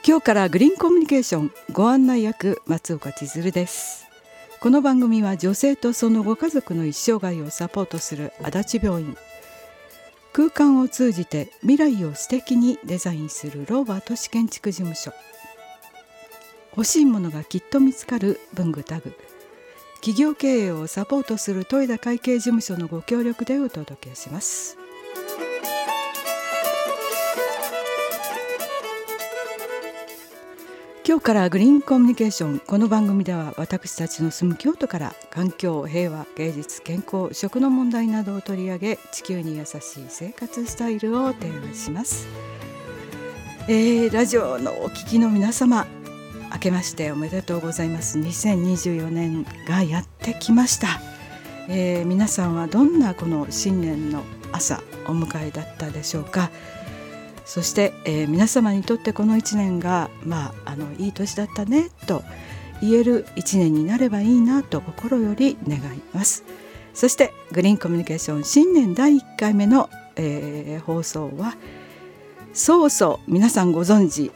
今日からグリーンコミュニケーションご案内役松岡千鶴です。この番組は女性とそのご家族の一生涯をサポートする足立病院、空間を通じて未来を素敵にデザインするローバー都市建築事務所、欲しいものがきっと見つかる文具タグ、企業経営をサポートする豊田会計事務所のご協力でお届けします。今日からグリーンコミュニケーション、この番組では私たちの住む京都から環境、平和、芸術、健康、食の問題などを取り上げ、地球に優しい生活スタイルを提案します。ラジオのお聞きの皆様、明けましておめでとうございます。2024年がやってきました。皆さんはどんなこの新年の朝お迎えだったでしょうか。そして、皆様にとってこの1年が、いい年だったねと言える1年になればいいなと心より願います。そしてグリーンコミュニケーション新年第1回目の、放送は皆さんご存知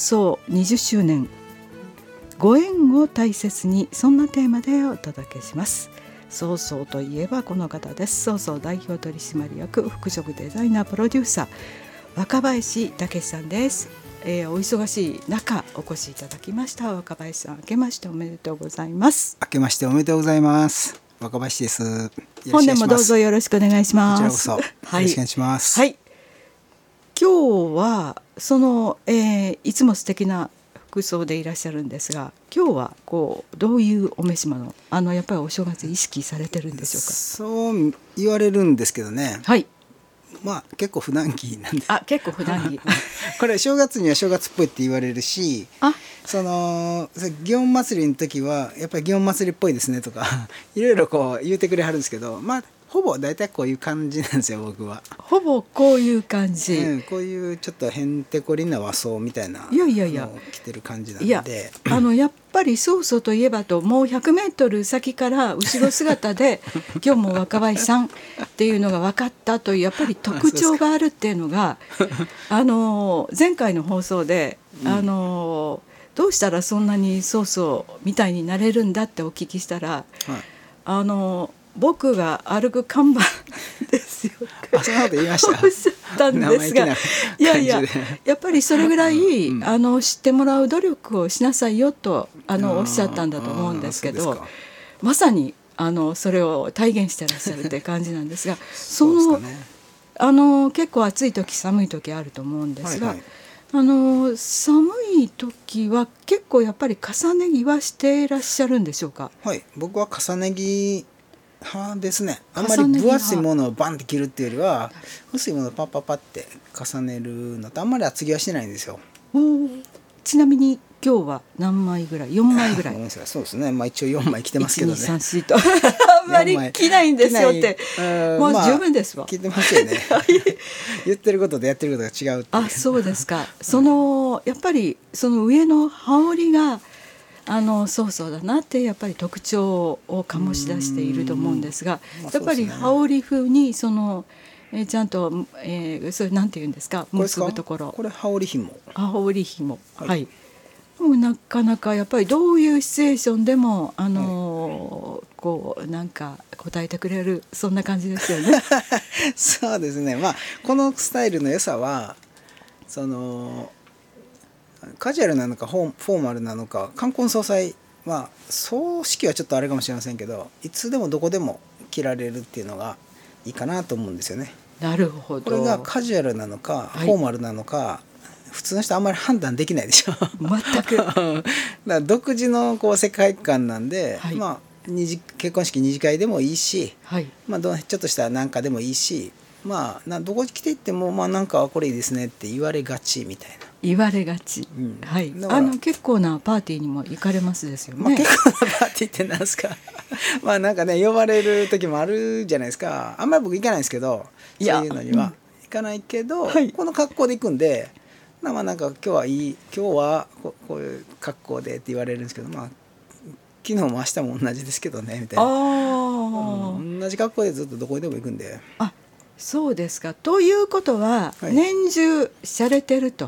20周年ご縁を大切に、そんなテーマでお届けします。といえばこの方です。代表取締役服飾デザイナープロデューサー若林武さんです。お忙しい中お越しいただきました。若林さん、明けましておめでとうございます。 明けましておめでとうござざいます。若林です。 本年もどうぞよろしくお願いします。 こちらこそよろしくお願いします。 はい、今日はその、いつも素敵な服装でいらっしゃるんですが、今日はどういうお召し物、やっぱりお正月意識されてるんでしょうか。 そう言われるんですけどね。 はい、 結構普段着なんで。 結構普段着これ正月には正月っぽいって言われるし、祇園祭りの時はやっぱり祇園祭りっぽいですねとかいろいろ言うてくれはるんですけど、ほぼ大体こういう感じなんですよ、僕は。 ほぼこういう感じ、 こういうちょっとへんてこりんな和装みたいなのを着てる感じなんで。 やっぱりといえばと、もう100メートル先から後ろ姿で今日も若林さんっていうのが分かったという、やっぱり特徴があるっていうのが前回の放送で、どうしたらそんなにみたいになれるんだってお聞きしたら、僕が歩く看板ですよそんなこと言いました。 おっしゃったんですが、やっぱりそれぐらい、知ってもらう努力をしなさいよとおっしゃったんだと思うんですけど、まさにそれを体現してらっしゃるって感じなんですが結構暑い時寒い時あると思うんですが、寒い時は結構やっぱり重ね着はしていらっしゃるんでしょうか。 はい、僕は重ね着派ですね。あんまり分厚いものをバンって着るっていうよりは、薄いものをパッパッパって重ねるのと、あんまり厚着はしてないんですよ。 ちなみに今日は何枚ぐらい？4枚ぐらい。 そうですね。一応4枚着てますけどね。 1、2、3、4とあんまり着ないんですよって。もう十分ですわ。 着てますよね。言ってることとやってることが違うっていう。 そうですか。やっぱりその上の羽織がそうだなってやっぱり特徴を醸し出していると思うんですが、やっぱり羽織風にちゃんと、それなんて言うんですか、結ぶところ。 これ羽織紐。 羽織紐。はい。なかなかやっぱりどういうシチュエーションでもなんか答えてくれる、そんな感じですよね。 そうですね。このスタイルの良さはカジュアルなのかフォーマルなのか、冠婚葬祭葬式はちょっとあれかもしれませんけど、いつでもどこでも着られるっていうのがいいかなと思うんですよね。 なるほど。 これがカジュアルなのか、フォーマルなのか、普通の人あんまり判断できないでしょ。 全く。だから独自の世界観なんで、結婚式二次会でもいいし、ちょっとしたなんかでもいいし、どこに来ていってもなんかこれいいですねって言われがちみたいな。 言われがち。はい。結構なパーティーにも行かれますですよね。 結構なパーティーってなんですか。なんかね、呼ばれる時もあるじゃないですか。あんまり僕行かないですけど、そういうのには行かないけど、この格好で行くんで、なんか今日はこういう格好でって言われるんですけど、昨日も明日も同じですけどねみたいな。同じ格好でずっとどこでも行くんで。 そうですか。ということは、年中しゃれてると。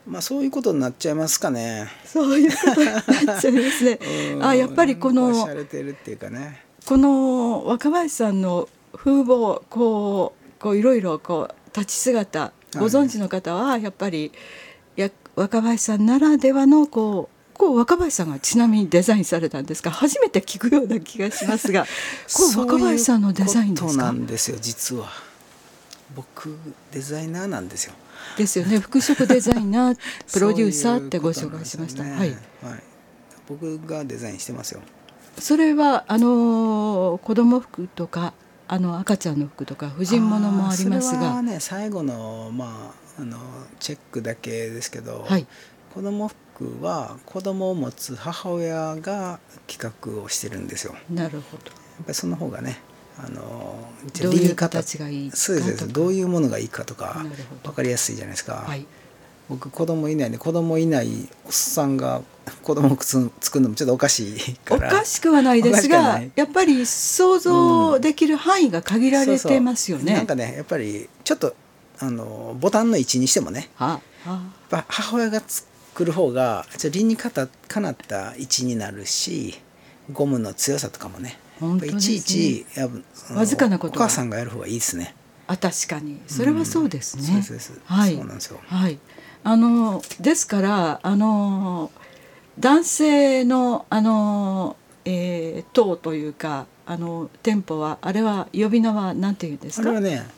まあそういうことになっちゃいますかね。 そういうことになっちゃいますね。やっぱりこの洒落てるっていうかね、 この若林さんの風貌、こういろいろこう立ち姿、ご存知の方はやっぱり若林さんならではのこう若林さんがちなみにデザインされたんですか？初めて聞くような気がしますが、若林さんのデザインですか？ そういうことなんですよ。実は僕デザイナーなんですよ。 ですよね。服飾デザイナープロデューサーってご紹介しました。はい、 僕がデザインしてますよ。 それは子供服とか赤ちゃんの服とか婦人物もありますが、 それはね最後のチェックだけですけど、 はい、 子供服は子供を持つ母親が企画をしてるんですよ。 なるほど。 やっぱりその方がねどういう形がいいかとか、 そうです、どういうものがいいかとか分かりやすいじゃないですか。 はい、 僕子供いないおっさんが子供を作るのもちょっとおかしいから。 おかしくはないですが、やっぱり想像できる範囲が限られてますよね。 なんかねやっぱりちょっとボタンの位置にしてもね、やっぱ母親が作る方が理にかなった位置になるし、ゴムの強さとかもね、いちいちわずかなことお母さんがやる方がいいですね。 確かにそれはそうですね。 そうです、 はい、 そうなんですよ。 はい、ですから男性の塔というか店舗はあれは呼び名は何て言うんですか？ あれはね、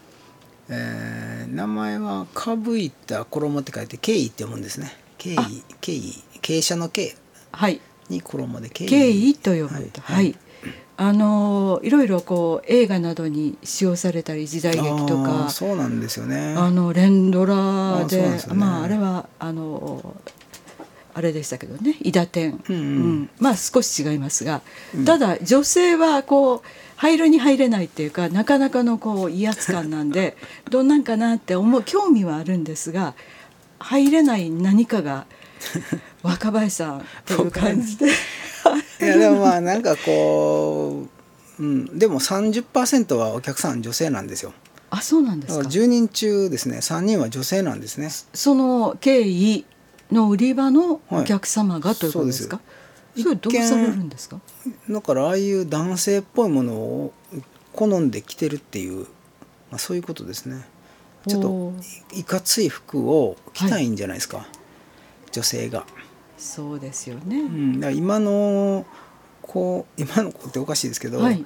名前はかぶいた衣って書いて敬意って読むんですね。敬意、傾斜の敬に衣で敬意と読むと、はい、いろいろこう映画などに使用されたり時代劇とか、 そうなんですよね。 連ドラで、あれはあれでしたけどね、伊達天、少し違いますが、ただ女性はこう入るに入れないっていうか、なかなかの威圧感なんでどんなんかなって興味はあるんですが、入れない何かが若林さんっていう感じでいやでもなんかこう、でも 30% はお客さん女性なんですよ。 あ、そうなんですか。 10人中ですね3人は女性なんですね。 その経緯の売り場のお客様がということですか？それどうされるんですか？ だからああいう男性っぽいものを好んで着てるっていう、そういうことですね。ちょっといかつい服を着たいんじゃないですか、女性が。 そうですよね。 だから今の子っておかしいですけど、レデ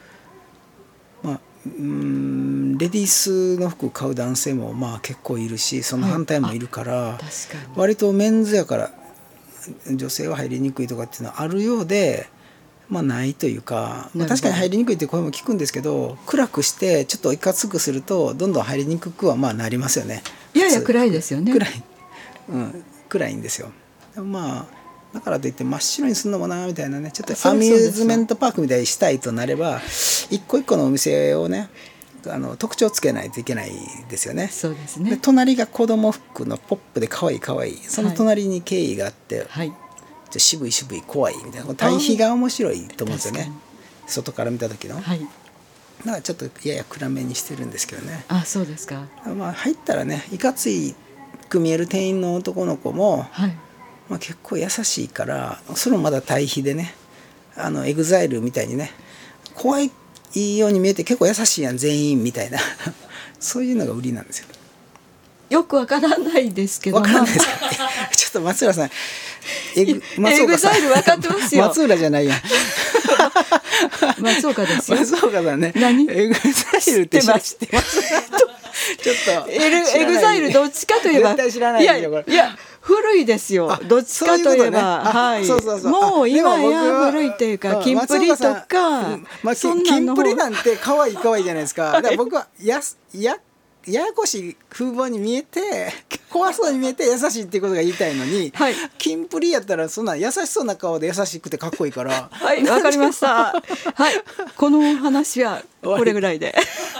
ィースの服買う男性も結構いるし、その反対もいるから、割とメンズやから女性は入りにくいとかっていうのはあるようで、ないというか、確かに入りにくいって声も聞くんですけど、暗くしてちょっといかつくするとどんどん入りにくくはなりますよね。 いやいや暗いですよね。 暗いんですよ。でもだからといって真っ白にするのもなみたいなね、ちょっとアミューズメントパークみたいにしたいとなれば、一個一個のお店をね特徴つけないといけないですよね。 そうですね。 で隣が子供服のポップで可愛いその隣に敬意があって、渋い怖いみたいな対比が面白いと思うんですよね、外から見た時の。だからちょっとやや暗めにしてるんですけどね。 あ、そうですか。 入ったらねいかついく見える店員の男の子も、結構優しいから、それもまだ対比でね、エグザイルみたいにね怖いように見えて結構優しいやん全員みたいなそういうのが売りなんですよ。 よくわからないですけど。 わかんないですかちょっと松浦さん、 エグザイル分かってますよ。 松浦じゃないやん松岡ですよ。 松岡さんね。 何？ エグザイルって知ってますちょっとエグザイルどっちかといえば、 絶対知らないですよこれ。 いや古いですよ。どっちかといえば、もう今や古いっていうか、キンプリとか、 キンプリなんて可愛いじゃないですか。だから僕はややこしい風貌に見えて怖そうに見えて優しいっていうことが言いたいのに、キンプリやったらそんな優しそうな顔で優しくてかっこいいから。 はい、わかりました。はい、この話はこれぐらいで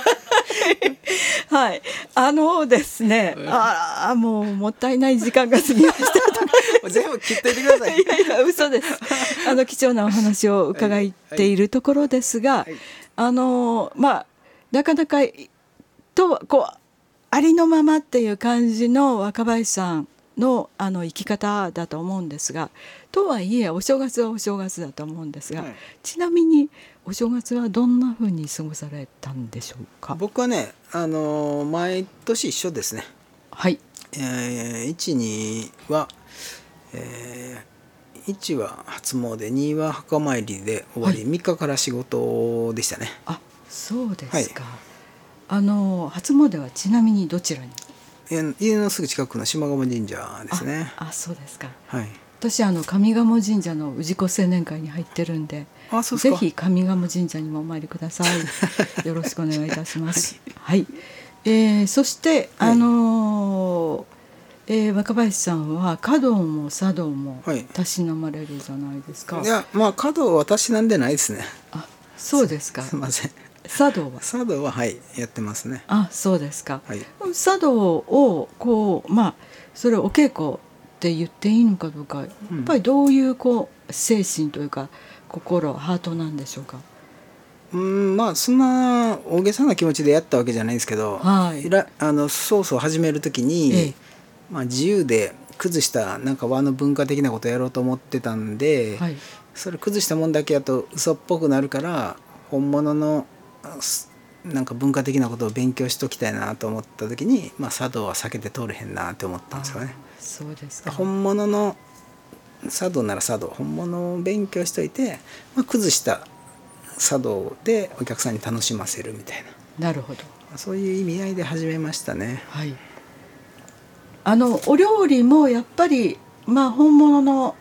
はい、ですね、もうもったいない時間が過ぎました全部切っといてください。 いや嘘です。貴重なお話を伺っているところですが、なかなかとありのままっていう感じの若林さんの生き方だと思うんですが、とはいえお正月はお正月だと思うんですが、ちなみにお正月はどんなふうに過ごされたんでしょうか？ 僕はね、毎年一緒ですね。 はい。 1、2は、1は初詣、2は墓参りで終わり、3日から仕事でしたね。 あ、そうですか。初詣はちなみにどちらに？ 家のすぐ近くの島鴨神社ですね。 そうですか。 はい。 私上賀茂神社の氏子青年会に入ってるんで、ぜひ上賀茂神社にもお参りください。よろしくお願いいたします。はい。そして、若林さんは華道も茶道もたしなまれるじゃないですか。 いや、華道は私なんでないですね。 そうですか。 すみません。 茶道はやってますね。 そうですか。 はい、 茶道をそれをお稽古って言っていいのかどうか、やっぱりどういう精神というか心ハートなんでしょうか？ そんな大げさな気持ちでやったわけじゃないんですけど、 はい、 ソースを始める時に、自由で崩したなんか和の文化的なことをやろうと思ってたんで、 はい、 それ崩したもんだけやと嘘っぽくなるから、本物のなんか文化的なことを勉強しときたいなと思った時に、茶道は避けて通れへんなって思ったんですよね。 そうですか。 本物の茶道なら茶道、本物を勉強しといて、崩した茶道でお客さんに楽しませるみたいな。 なるほど。 そういう意味合いで始めましたね。 はい。お料理もやっぱり本物の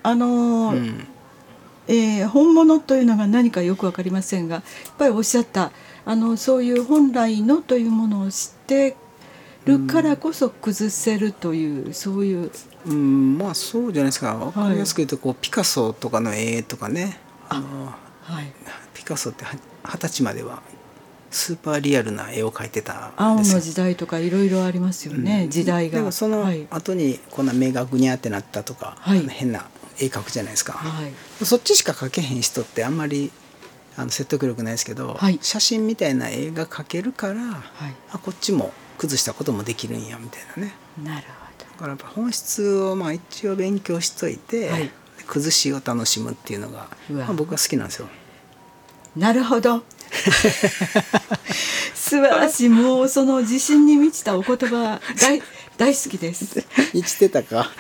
本物というのが何かよく分かりませんが、やっぱりおっしゃったそういう本来のというものを知ってるからこそ崩せるという、そういうそうじゃないですか。分かりやすく言うとピカソとかの絵とかね、ピカソって20歳まではスーパーリアルな絵を描いてたんですよ。 青の時代とかいろいろありますよね、時代が。 でもその後にこんな目がぐにゃってなったとか、変な絵描くじゃないですか。そっちしか描けへん人ってあんまり説得力ないですけど、写真みたいな絵が描けるから、こっちも崩したこともできるんやみたいなね。 なるほど。 だからやっぱ本質を一応勉強しといて、崩しを楽しむっていうのが、僕は好きなんですよ。 なるほど。素晴らしい。もうその自信に満ちたお言葉大好きです。 生きてたか。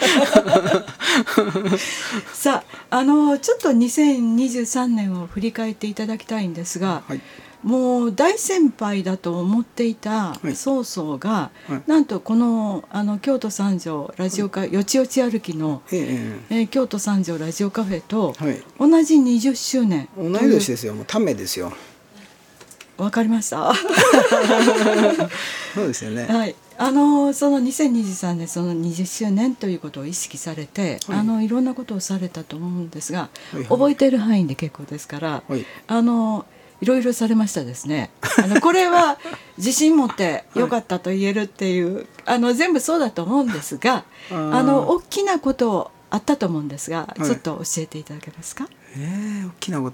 さあ、ちょっと2023年を振り返っていただきたいんですが、もう大先輩だと思っていた曹操が、なんとこの京都三条ラジオカよちよち歩きの、京都三条ラジオカフェと同じ20周年。 同い年ですよ。もうためですよ。 わかりました。 そうですよね。 はい。その2023年その20周年ということを意識されて、いろんなことをされたと思うんですが、覚えている範囲で結構ですから、いろいろされましたですね。これは自信持ってよかったと言えるっていう、全部そうだと思うんですが、大きなことあったと思うんですが、ちょっと教えていただけますか？ 大きなこと、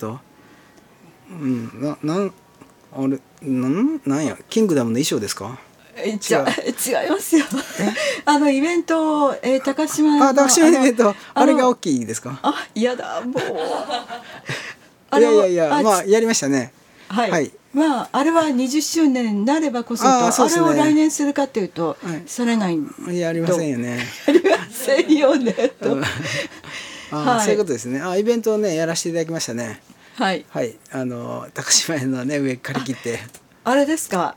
なんや、キングダムの衣装ですか？ 違いますよ。イベント、高島の高島のイベント、あれが大きいですか？ 嫌だ、もう。 いや、やりましたね。 はい。あれは20周年になればこそと、あれを来年するかというと、されない。 やりませんよね。 やりませんよね、と。 そういうことですね。イベントをね、やらせていただきましたね。 はい。 高島屋のね、上借り切って。 あれですか、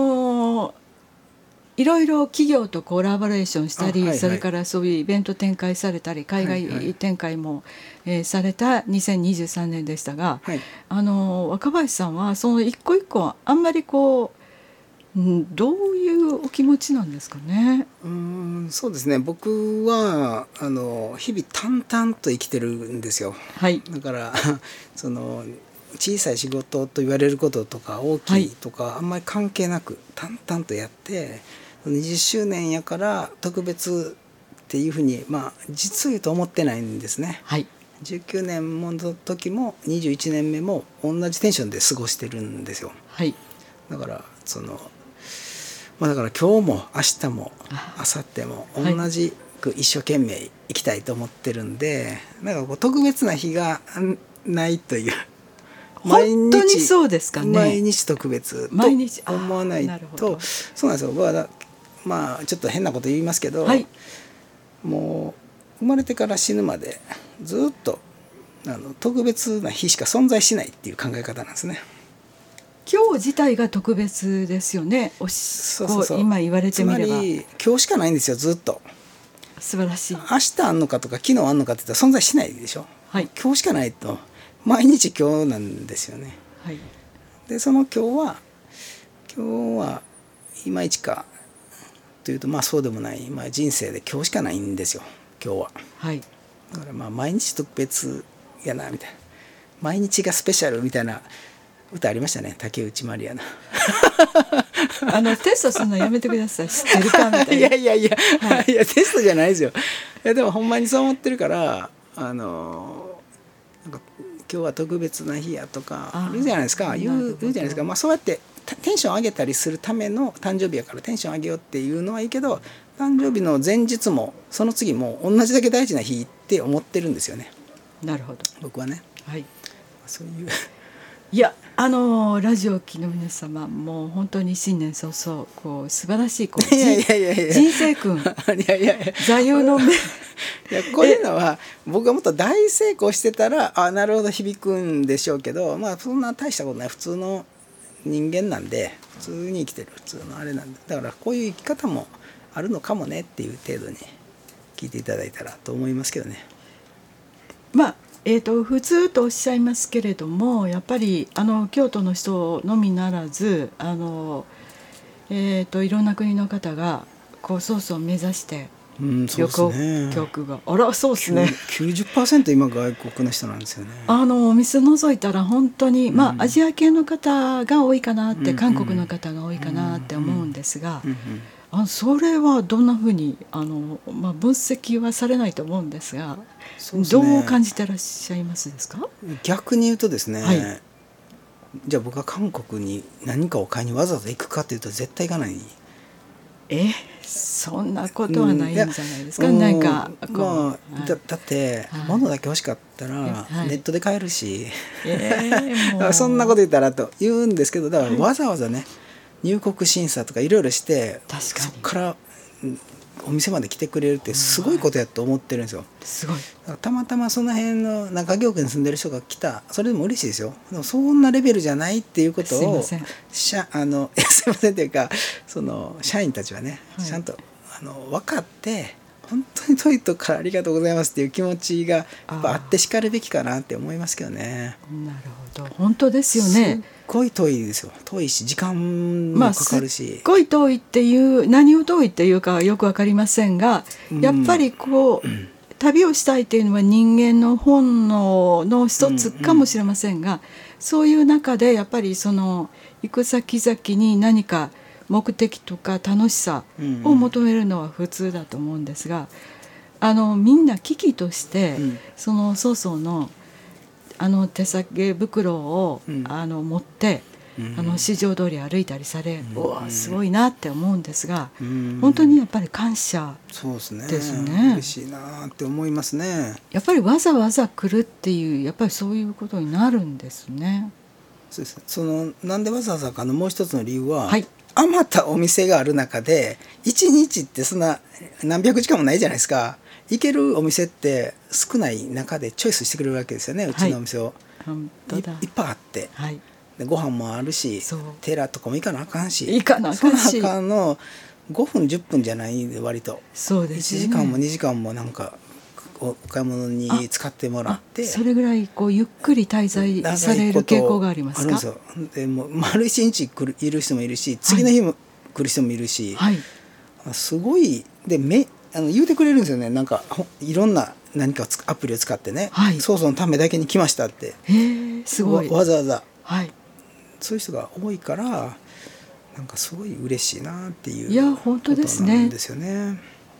いろいろ企業とコラボレーションしたり、それからそういうイベント展開されたり、海外展開も、された2023年でしたが、若林さんはその一個一個あんまりどういうお気持ちなんですかね？ そうですね。僕は日々淡々と生きてるんですよ。だからその小さい仕事と言われることとか大きいとか、あんまり関係なく淡々とやって、20周年やから特別っていうふうに実を言うと思ってないんですね。19年もの時も21年目も同じテンションで過ごしてるんですよ。だからだから今日も明日も明後日も同じ一生懸命生きたいと思ってるんで、なんかこう特別な日がないという。 本当にそうですかね。 毎日特別と思わないと。そうなんですよ。僕はまあちょっと変なこと言いますけど、はい、もう生まれてから死ぬまでずっと特別な日しか存在しないっていう考え方なんですね。 今日自体が特別ですよね。そう今言われてみれば。 つまり今日しかないんですよ、ずっと。 素晴らしい。 明日あんのかとか昨日あんのかって言ったら存在しないでしょ。 はい、 今日しかないと毎日今日なんですよね。 はい、 でその今日はいまいちかというとまあそうでもない、まあ、人生で今日しかないんですよ、今日は。 はい、 だからまあ毎日特別やなみたいな、毎日がスペシャルみたいな歌ありましたね、竹内まりやのテストするのやめてください。知ってるかみたいな。 いや、はい、いやテストじゃないですよ。いやでもほんまにそう思ってるから、なんか今日は特別な日やとかあるじゃないですか、言うじゃないですか。まあそうやってテンション上げたりするための誕生日やからテンション上げようっていうのはいいけど、誕生日の前日もその次も同じだけ大事な日って思ってるんですよね。 なるほど。 僕はね。 はい。 そういういやラジオを聴きの皆様、もう本当に新年早々こう素晴らしい人生訓座右の銘。 こういうのは僕がもっと大成功してたらなるほど響くんでしょうけど、まあそんな大したことない普通の人間なんで、普通に生きてる普通のあれなんで、だからこういう生き方もあるのかもねっていう程度に聞いていただいたらと思いますけどね。 まあ普通とおっしゃいますけれども、やっぱり京都の人のみならずいろんな国の方がこう曹操を目指して旅行客が、あらそうですね。 90% 今外国の人なんですよね。 お店覗いたら本当に、まあアジア系の方が多いかなって、韓国の方が多いかなって思うんですが、それはどんなふうにまあ、分析はされないと思うんですが、どう感じてらっしゃいますですか？ 逆に言うとですね、 はい、 じゃあ僕が韓国に何かを買いにわざわざ行くかというと絶対行かない。 そんなことはないんじゃないですか。なんかこう、だって物だけ欲しかったらネットで買えるし、そんなこと言ったらと言うんですけど、だからわざわざね、入国審査とかいろいろして、そこからお店まで来てくれるってすごいことやと思ってるんですよ。 すごい。 たまたまその辺の中京区に住んでる人が来た、それでも嬉しいですよ。でもそんなレベルじゃないっていうことをすいませんっていうか、その社員たちはね、ちゃんと分かって、本当に遠いとこからありがとうございますっていう気持ちがやっぱあってしかるべきかなって思いますけどね。 なるほど、本当ですよね。 すっごい遠いですよ。遠いし時間もかかるし、 すっごい遠いっていう何を遠いっていうかはよく分かりませんが、やっぱりこう、旅をしたいっていうのは人間の本能の一つかもしれませんが、そういう中でやっぱりその行く先々に何か目的とか楽しさを求めるのは普通だと思うんですが、みんな危機として、その曹操の手提げ袋を、持って市場通り歩いたりされ、うわすごいなって思うんですが、本当にやっぱり感謝ですね。 嬉しいなって思いますね。 やっぱりわざわざ来るっていう、やっぱりそういうことになるんですね。 そうです。なんでわざわざかのもう一つの理由は、あまたお店がある中で1日ってそんな何百時間もないじゃないですか。行けるお店って少ない中でチョイスしてくれるわけですよね、うちのお店を。いっぱいあって、でご飯もあるし、寺とかも行かなあかんし、その中の5分10分じゃないで、割とそうです、ね、 1時間も2時間もなんかお買い物に使ってもらって、 それぐらいこうゆっくり滞在される傾向がありますか？ あるんですよ。でもう丸1日いる人もいるし、次の日も来る人もいるし、すごいで言うてくれるんですよね。なんかいろんな何かアプリを使ってね、曹操のためだけに来ましたって、 すごいわざわざ、そういう人が多いから、なんかすごい嬉しいなっていうことなんですよね。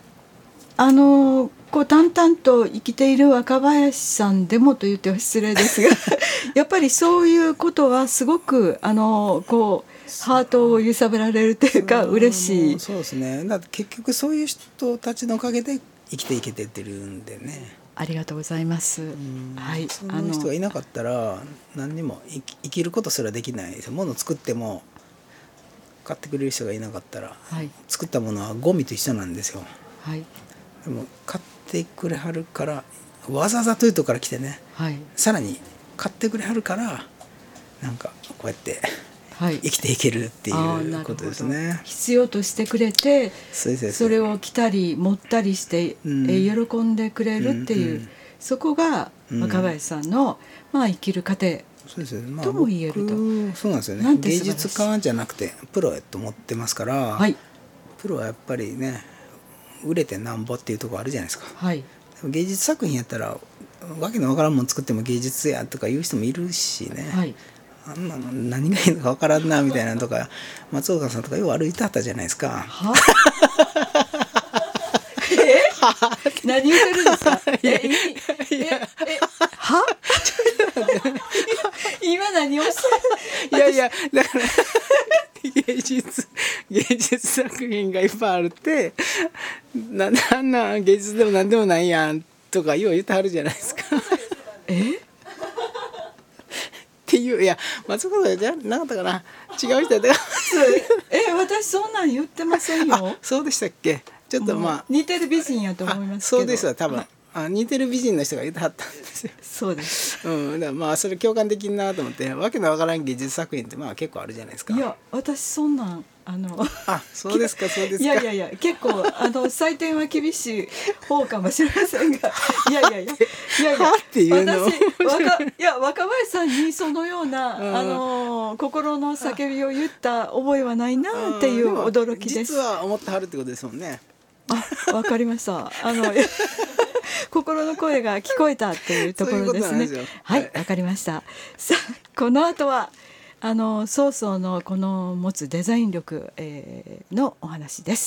こう淡々と生きている若林さんでもと言っては失礼ですがやっぱりそういうことはすごくこうハートを揺さぶられるというか、嬉しい。 そうですね。だって結局そういう人たちのおかげで生きていけてってるんでね。 ありがとうございます。はい、 その人がいなかったら何にも生きることすらできないですよ。物を作っても買ってくれる人がいなかったら、はい、作ったものはゴミと一緒なんですよ。はい、でも買ってくれはるからわざわざ遠いとこから来てね、はい、さらに買ってくれはるからなんかこうやって生きていけるっていうことですね。 必要としてくれて、それを着たり持ったりして、喜んでくれるっていう、そこが若林さんの、生きる過程とも言えると。 そうなんですよね。芸術家じゃなくてプロやと思ってますから、はい、プロはやっぱりね売れてなんぼっていうところあるじゃないですか。はい、でも芸術作品やったらわけのわからんもん作っても芸術やとか言う人もいるしね。はい、あんなの何がいいのか分からんなみたいなとか松岡さんとかよう歩いてはったじゃないですか。は何言ってるんですか。は今何をしてる。いやだから芸術作品がいっぱいあるってあんな芸術でも何でもないやんとかよう言ってはるじゃないですか。っていういや松岡さんじゃなかったかな、違う人やったか私そんなん言ってませんよ。 そうでしたっけ。ちょっと似てる美人やと思いますけど。 そうですわ多分。似てる美人の人が言ってはったんですよ。 そうです。 だからそれ共感できんなと思って、わけのわからん芸術作品って結構あるじゃないですか。 いや私そんなんそうですかそうですか。 いや結構採点は厳しい方かもしれませんがいやっていうの若林さんにそのような心の叫びを言った覚えはないなっていう驚きです。 実は思ってはるってことですもんね。 わかりました。心の声が聞こえたっていうところですね。はい、わかりました。さあこの後は曹操のこの持つデザイン力、のお話です。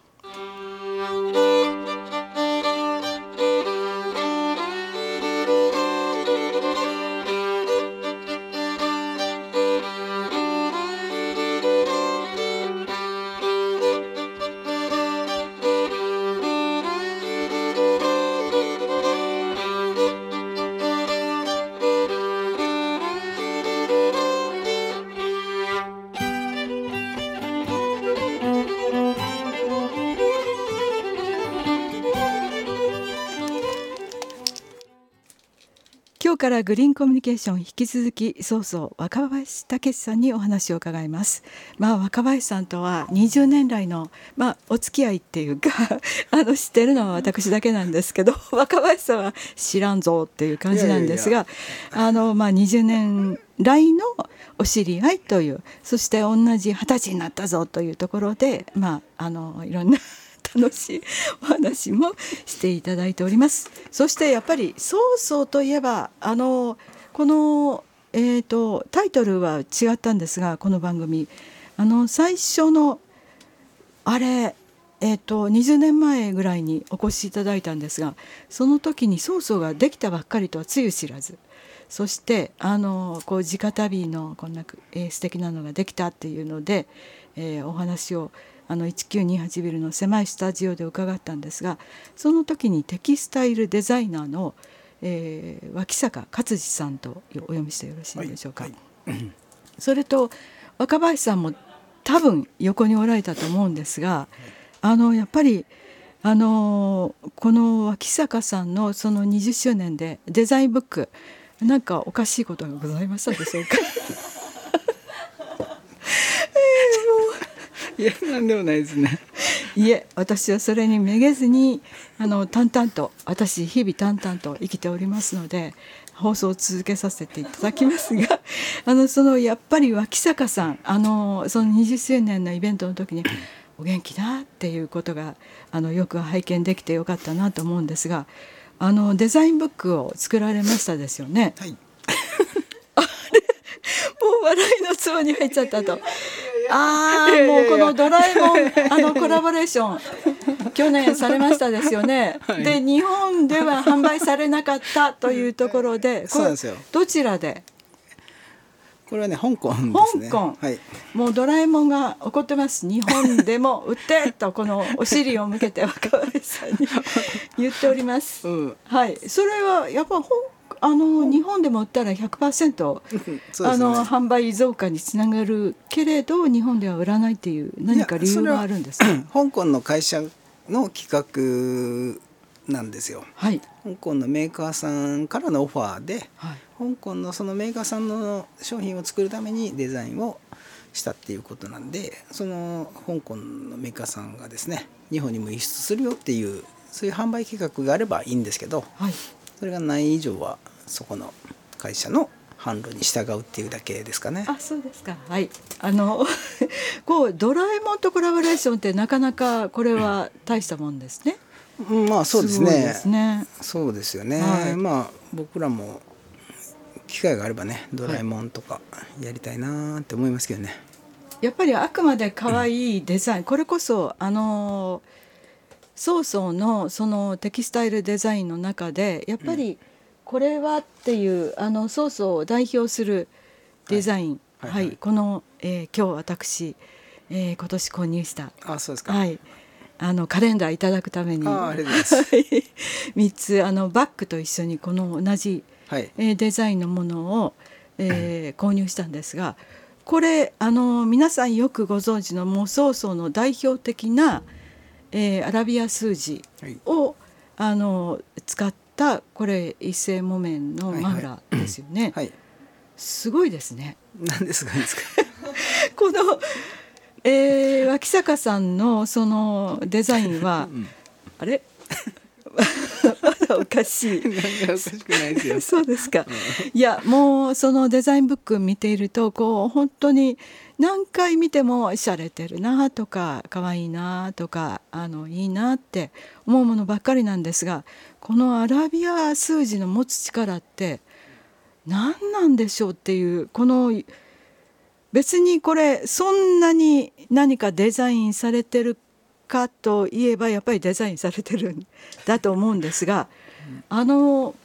今日からグリーンコミュニケーション引き続き曹操若林武さんにお話を伺います。若林さんとは20年来の、お付き合いっていうか知ってるのは私だけなんですけど若林さんは知らんぞっていう感じなんですが20年来のお知り合いという、そして同じ20歳になったぞというところでいろんな楽しいお話もしていただいております。そしてやっぱり曹操といえばこの、タイトルは違ったんですが、この番組最初の20年前ぐらいにお越しいただいたんですが、その時に曹操ができたばっかりとはつゆ知らず、そして直旅のこんな、素敵なのができたっていうので、お話を1928ビルの狭いスタジオで伺ったんですが、その時にテキスタイルデザイナーの、脇坂勝司さんとお読みしてよろしいでしょうか。それと若林さんも多分横におられたと思うんですが、やっぱりこの脇坂さんのその20周年でデザインブック、なんかおかしいことがございましたでしょうか。 いやなんでもないですね。 いえ、私はそれにめげずに淡々と、私日々淡々と生きておりますので放送を続けさせていただきますがやっぱり脇坂さんその20周年のイベントの時にお元気だっていうことがよく拝見できてよかったなと思うんですが、デザインブックを作られましたですよね。はい、もう笑いのツボに入っちゃったと。もうこのドラえもんコラボレーション去年されましたですよね。はい、で日本では販売されなかったというところで、 そうなんですよ。 どちらで？ これはね香港ですね。 香港、 はい、 もうドラえもんが怒ってます。日本でも売ってとこのお尻を向けて若林さんに言っております、はい。それはやっぱ日本でも売ったら 100% そうですね、販売増加につながるけれど日本では売らないっていう何か理由があるんですか？ 香港の会社の企画なんですよ、はい、香港のメーカーさんからのオファーで、はい、香港のそのメーカーさんの商品を作るためにデザインをしたっていうことなんで、その香港のメーカーさんがですね日本にも輸出するよっていうそういう販売計画があればいいんですけど、はい、それがない以上はそこの会社の販路に従うっていうだけですかね。 あ、そうですか。はい。こうドラえもんとコラボレーションってなかなかこれは大したもんですね。 まあそうですね。 すごいですね。 そうですよね。はい、まあ僕らも機会があればねドラえもんとかやりたいなって思いますけどね。 やっぱりあくまで可愛いデザイン、これこそソーソーのそのテキスタイルデザインの中でやっぱりこれはっていうソーソーを代表するデザイン、はいはいはい、この、今日私、今年購入したそうですか、 はい、カレンダーいただくためにありがとうございます 3つバッグと一緒にこの同じ、はいデザインのものを、購入したんですが、これ皆さんよくご存知のもうソーソーの代表的な、アラビア数字を、はい、使ったこれ一世木綿のマフラーですよね、はいはい、すごいですね。 何ですかこの、脇坂さんのそのデザインは、あれまだおかしいおかしくないですよそうですか、いやもうそのデザインブック見ているとこう本当に何回見ても洒落てるなとか可愛いなとかいいなって思うものばっかりなんですが、このアラビア数字の持つ力って何なんでしょうっていう、この別にこれそんなに何かデザインされてるかといえばやっぱりデザインされてるんだと思うんですが、バッ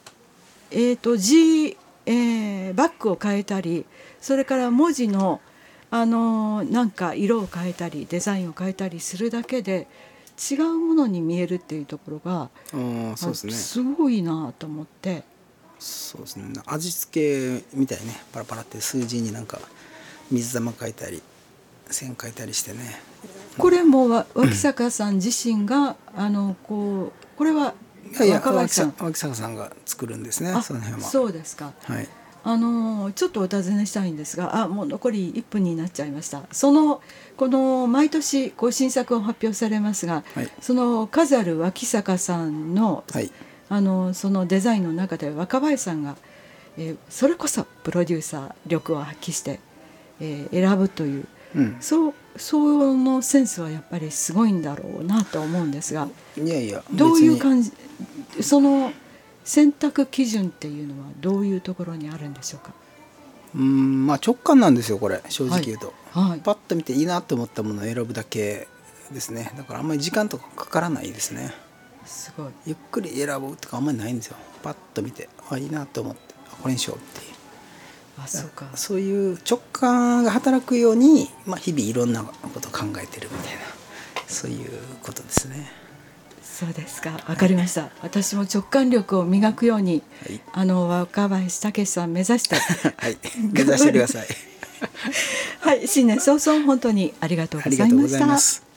グを変えたり、それから文字のなんか色を変えたりデザインを変えたりするだけで違うものに見えるっていうところがそうですね、すごいなと思って。 そうですね、味付けみたいね、パラパラって数字になんか水玉描いたり線描いたりしてね、 これも脇坂さん自身がこれは若林さん、 脇坂さんが作るんですね。その辺は。 そうですか、はい、ちょっとお尋ねしたいんですが、もう残り1分になっちゃいました。この毎年新作を発表されますが、はい、その数ある脇坂さんの、はい、そのデザインの中で若林さんが、それこそプロデューサー力を発揮して、選ぶという、そのセンスはやっぱりすごいんだろうなと思うんですが、 いやいやどういう感じ、その選択基準っていうのはどういうところにあるんでしょうか？ まあ直感なんですよこれ、正直言うと、はいはい、パッと見ていいなと思ったものを選ぶだけですね。だからあんまり時間とかかからないですね。 すごいゆっくり選ぶとかあんまりないんですよ。パッと見ていいなと思ってこれにしようっていう、そういう直感が働くように、日々いろんなことを考えてるみたいな、そういうことですね。 そうですか、わかりました、はい、私も直感力を磨くように、はい、若林武さん目指してはい目指してくださいはい、新年早々本当にありがとうございました。